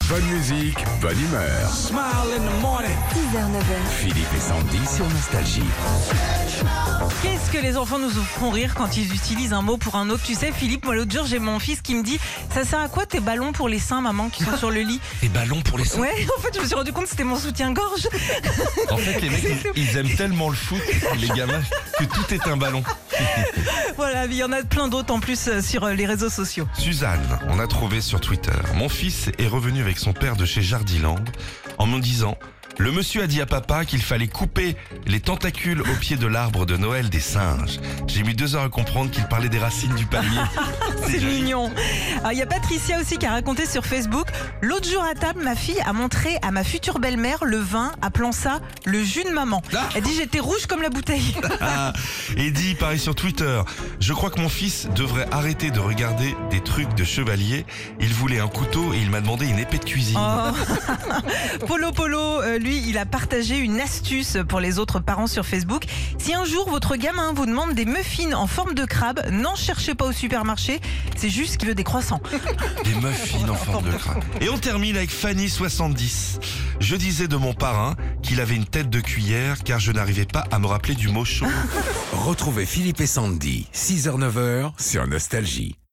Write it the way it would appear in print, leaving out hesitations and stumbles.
Bonne musique, bonne humeur. Smile in the morning. 6h-9h. Philippe et Sandy sur Nostalgie. Qu'est-ce que les enfants nous font rire quand ils utilisent un mot pour un autre. Tu sais, Philippe, moi l'autre jour j'ai mon fils qui me dit: ça sert à quoi tes ballons pour les seins, maman, qui sont sur le lit? Des ballons pour les seins. Ouais, en fait je me suis rendu compte que c'était mon soutien-gorge. En fait, les mecs, ils aiment tellement le foot, les gamins, que tout est un ballon. Voilà, il y en a plein d'autres en plus sur les réseaux sociaux. Suzanne, on a trouvé sur Twitter. Mon fils est revenu avec son père de chez Jardiland en me disant: le monsieur a dit à papa qu'il fallait couper les tentacules au pied de l'arbre de Noël des singes. J'ai mis 2 heures à comprendre qu'il parlait des racines du palmier. C'est joli. mignon. Alors, il y a Patricia aussi qui a raconté sur Facebook: l'autre jour à table, ma fille a montré à ma future belle-mère le vin, appelant ça le jus de maman. Elle dit: j'étais rouge comme la bouteille. Ah, Eddie, pareil sur Twitter. Je crois que mon fils devrait arrêter de regarder des trucs de chevalier. Il voulait un couteau et il m'a demandé une épée de cuisine. Oh. Polo, lui, il a partagé une astuce pour les autres parents sur Facebook. Si un jour votre gamin vous demande des muffins en forme de crabe, n'en cherchez pas au supermarché, c'est juste qu'il veut des croissants. Des muffins en forme de crabe. Et on termine avec Fanny 70. Je disais de mon parrain qu'il avait une tête de cuillère car je n'arrivais pas à me rappeler du mot chaud. Retrouvez Philippe et Sandy, 6h-9h sur Nostalgie.